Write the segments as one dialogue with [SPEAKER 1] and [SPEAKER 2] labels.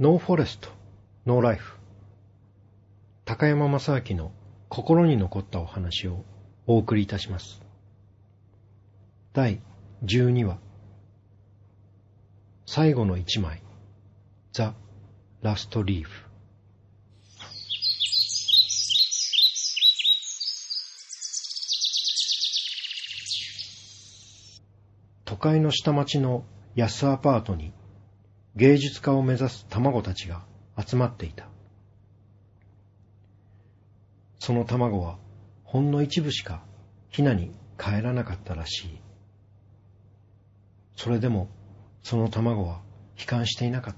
[SPEAKER 1] ノーフォレスト、ノーライフ。高山正明の心に残ったお話をお送りいたします。第12話、最後の一枚、ザ・ラストリーフ。都会の下町の安アパートに芸術家を目指す卵たちが集まっていた。その卵はほんの一部しかヒナに帰らなかったらしい。それでもその卵は悲観していなかった。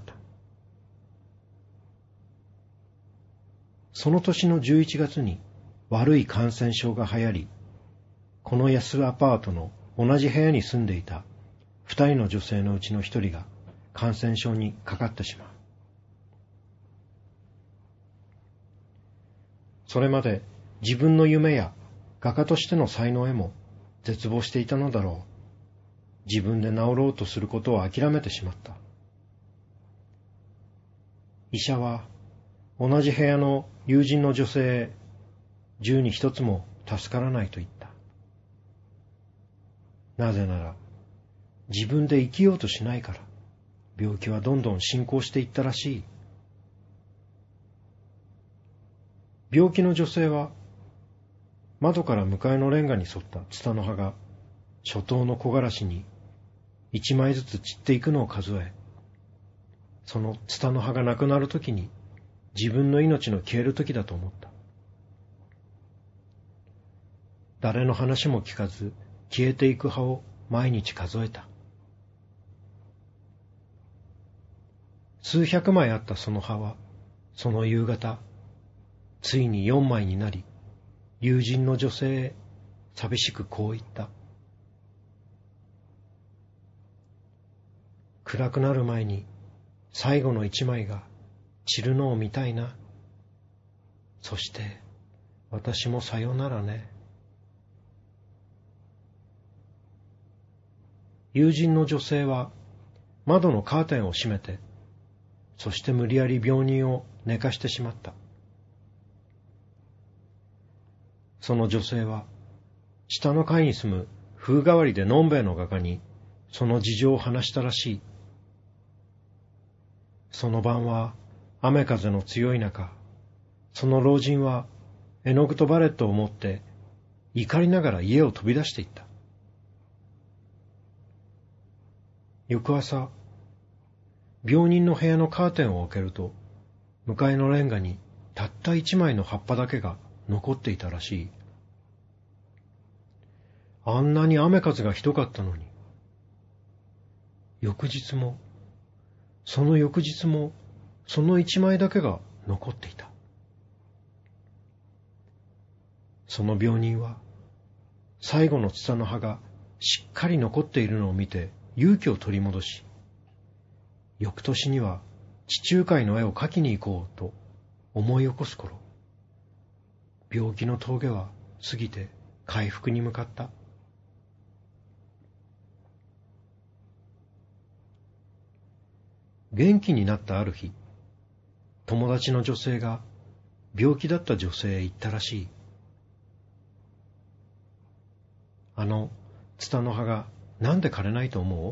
[SPEAKER 1] その年の11月に悪い感染症が流行り、この安アパートの同じ部屋に住んでいた2人の女性のうちの1人が感染症にかかってしまう。それまで自分の夢や画家としての才能へも絶望していたのだろう。自分で治ろうとすることを諦めてしまった。医者は同じ部屋の友人の女性へ10に1つも助からないと言った。なぜなら自分で生きようとしないから、病気はどんどん進行していったらしい。病気の女性は窓から向かいのレンガに沿ったツタの葉が初冬の木枯らしに1枚ずつ散っていくのを数え、そのツタの葉がなくなるときに自分の命の消えるときだと思った。誰の話も聞かず消えていく葉を毎日数えた。数百枚あったその葉は、その夕方、ついに4枚になり、友人の女性へ寂しくこう言った。暗くなる前に最後の1枚が散るのを見たいな。そして私もさよならね。友人の女性は窓のカーテンを閉めて、そして無理やり病人を寝かしてしまった。その女性は下の階に住む風変わりでのんべえの画家にその事情を話したらしい。その晩は雨風の強い中、その老人は絵の具とバレットを持って怒りながら家を飛び出していった。翌朝、病人の部屋のカーテンを開けると、向かいのレンガにたった1枚の葉っぱだけが残っていたらしい。あんなに雨風がひどかったのに。翌日も、その翌日も、その1枚だけが残っていた。その病人は、最後のツタの葉がしっかり残っているのを見て勇気を取り戻し、翌年には地中海の絵を描きに行こうと思い起こす頃、病気の峠は過ぎて回復に向かった。元気になったある日、友達の女性が病気だった女性へ言ったらしい。あのツタの葉がなんで枯れないと思う？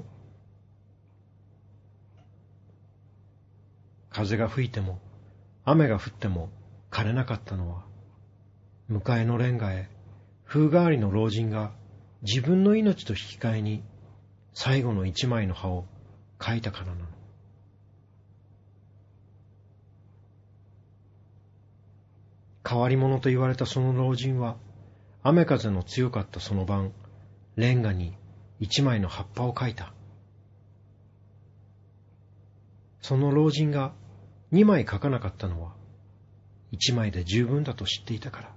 [SPEAKER 1] 風が吹いても雨が降っても枯れなかったのは、向かいのレンガへ風変わりの老人が自分の命と引き換えに最後の1枚の葉を描いたからなの。変わり者と言われたその老人は、雨風の強かったその晩、レンガに1枚の葉っぱを描いた。その老人が2枚描かなかったのは、1枚で十分だと知っていたから。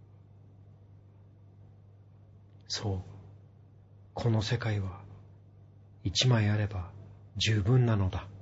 [SPEAKER 1] そう、この世界は1枚あれば十分なのだ。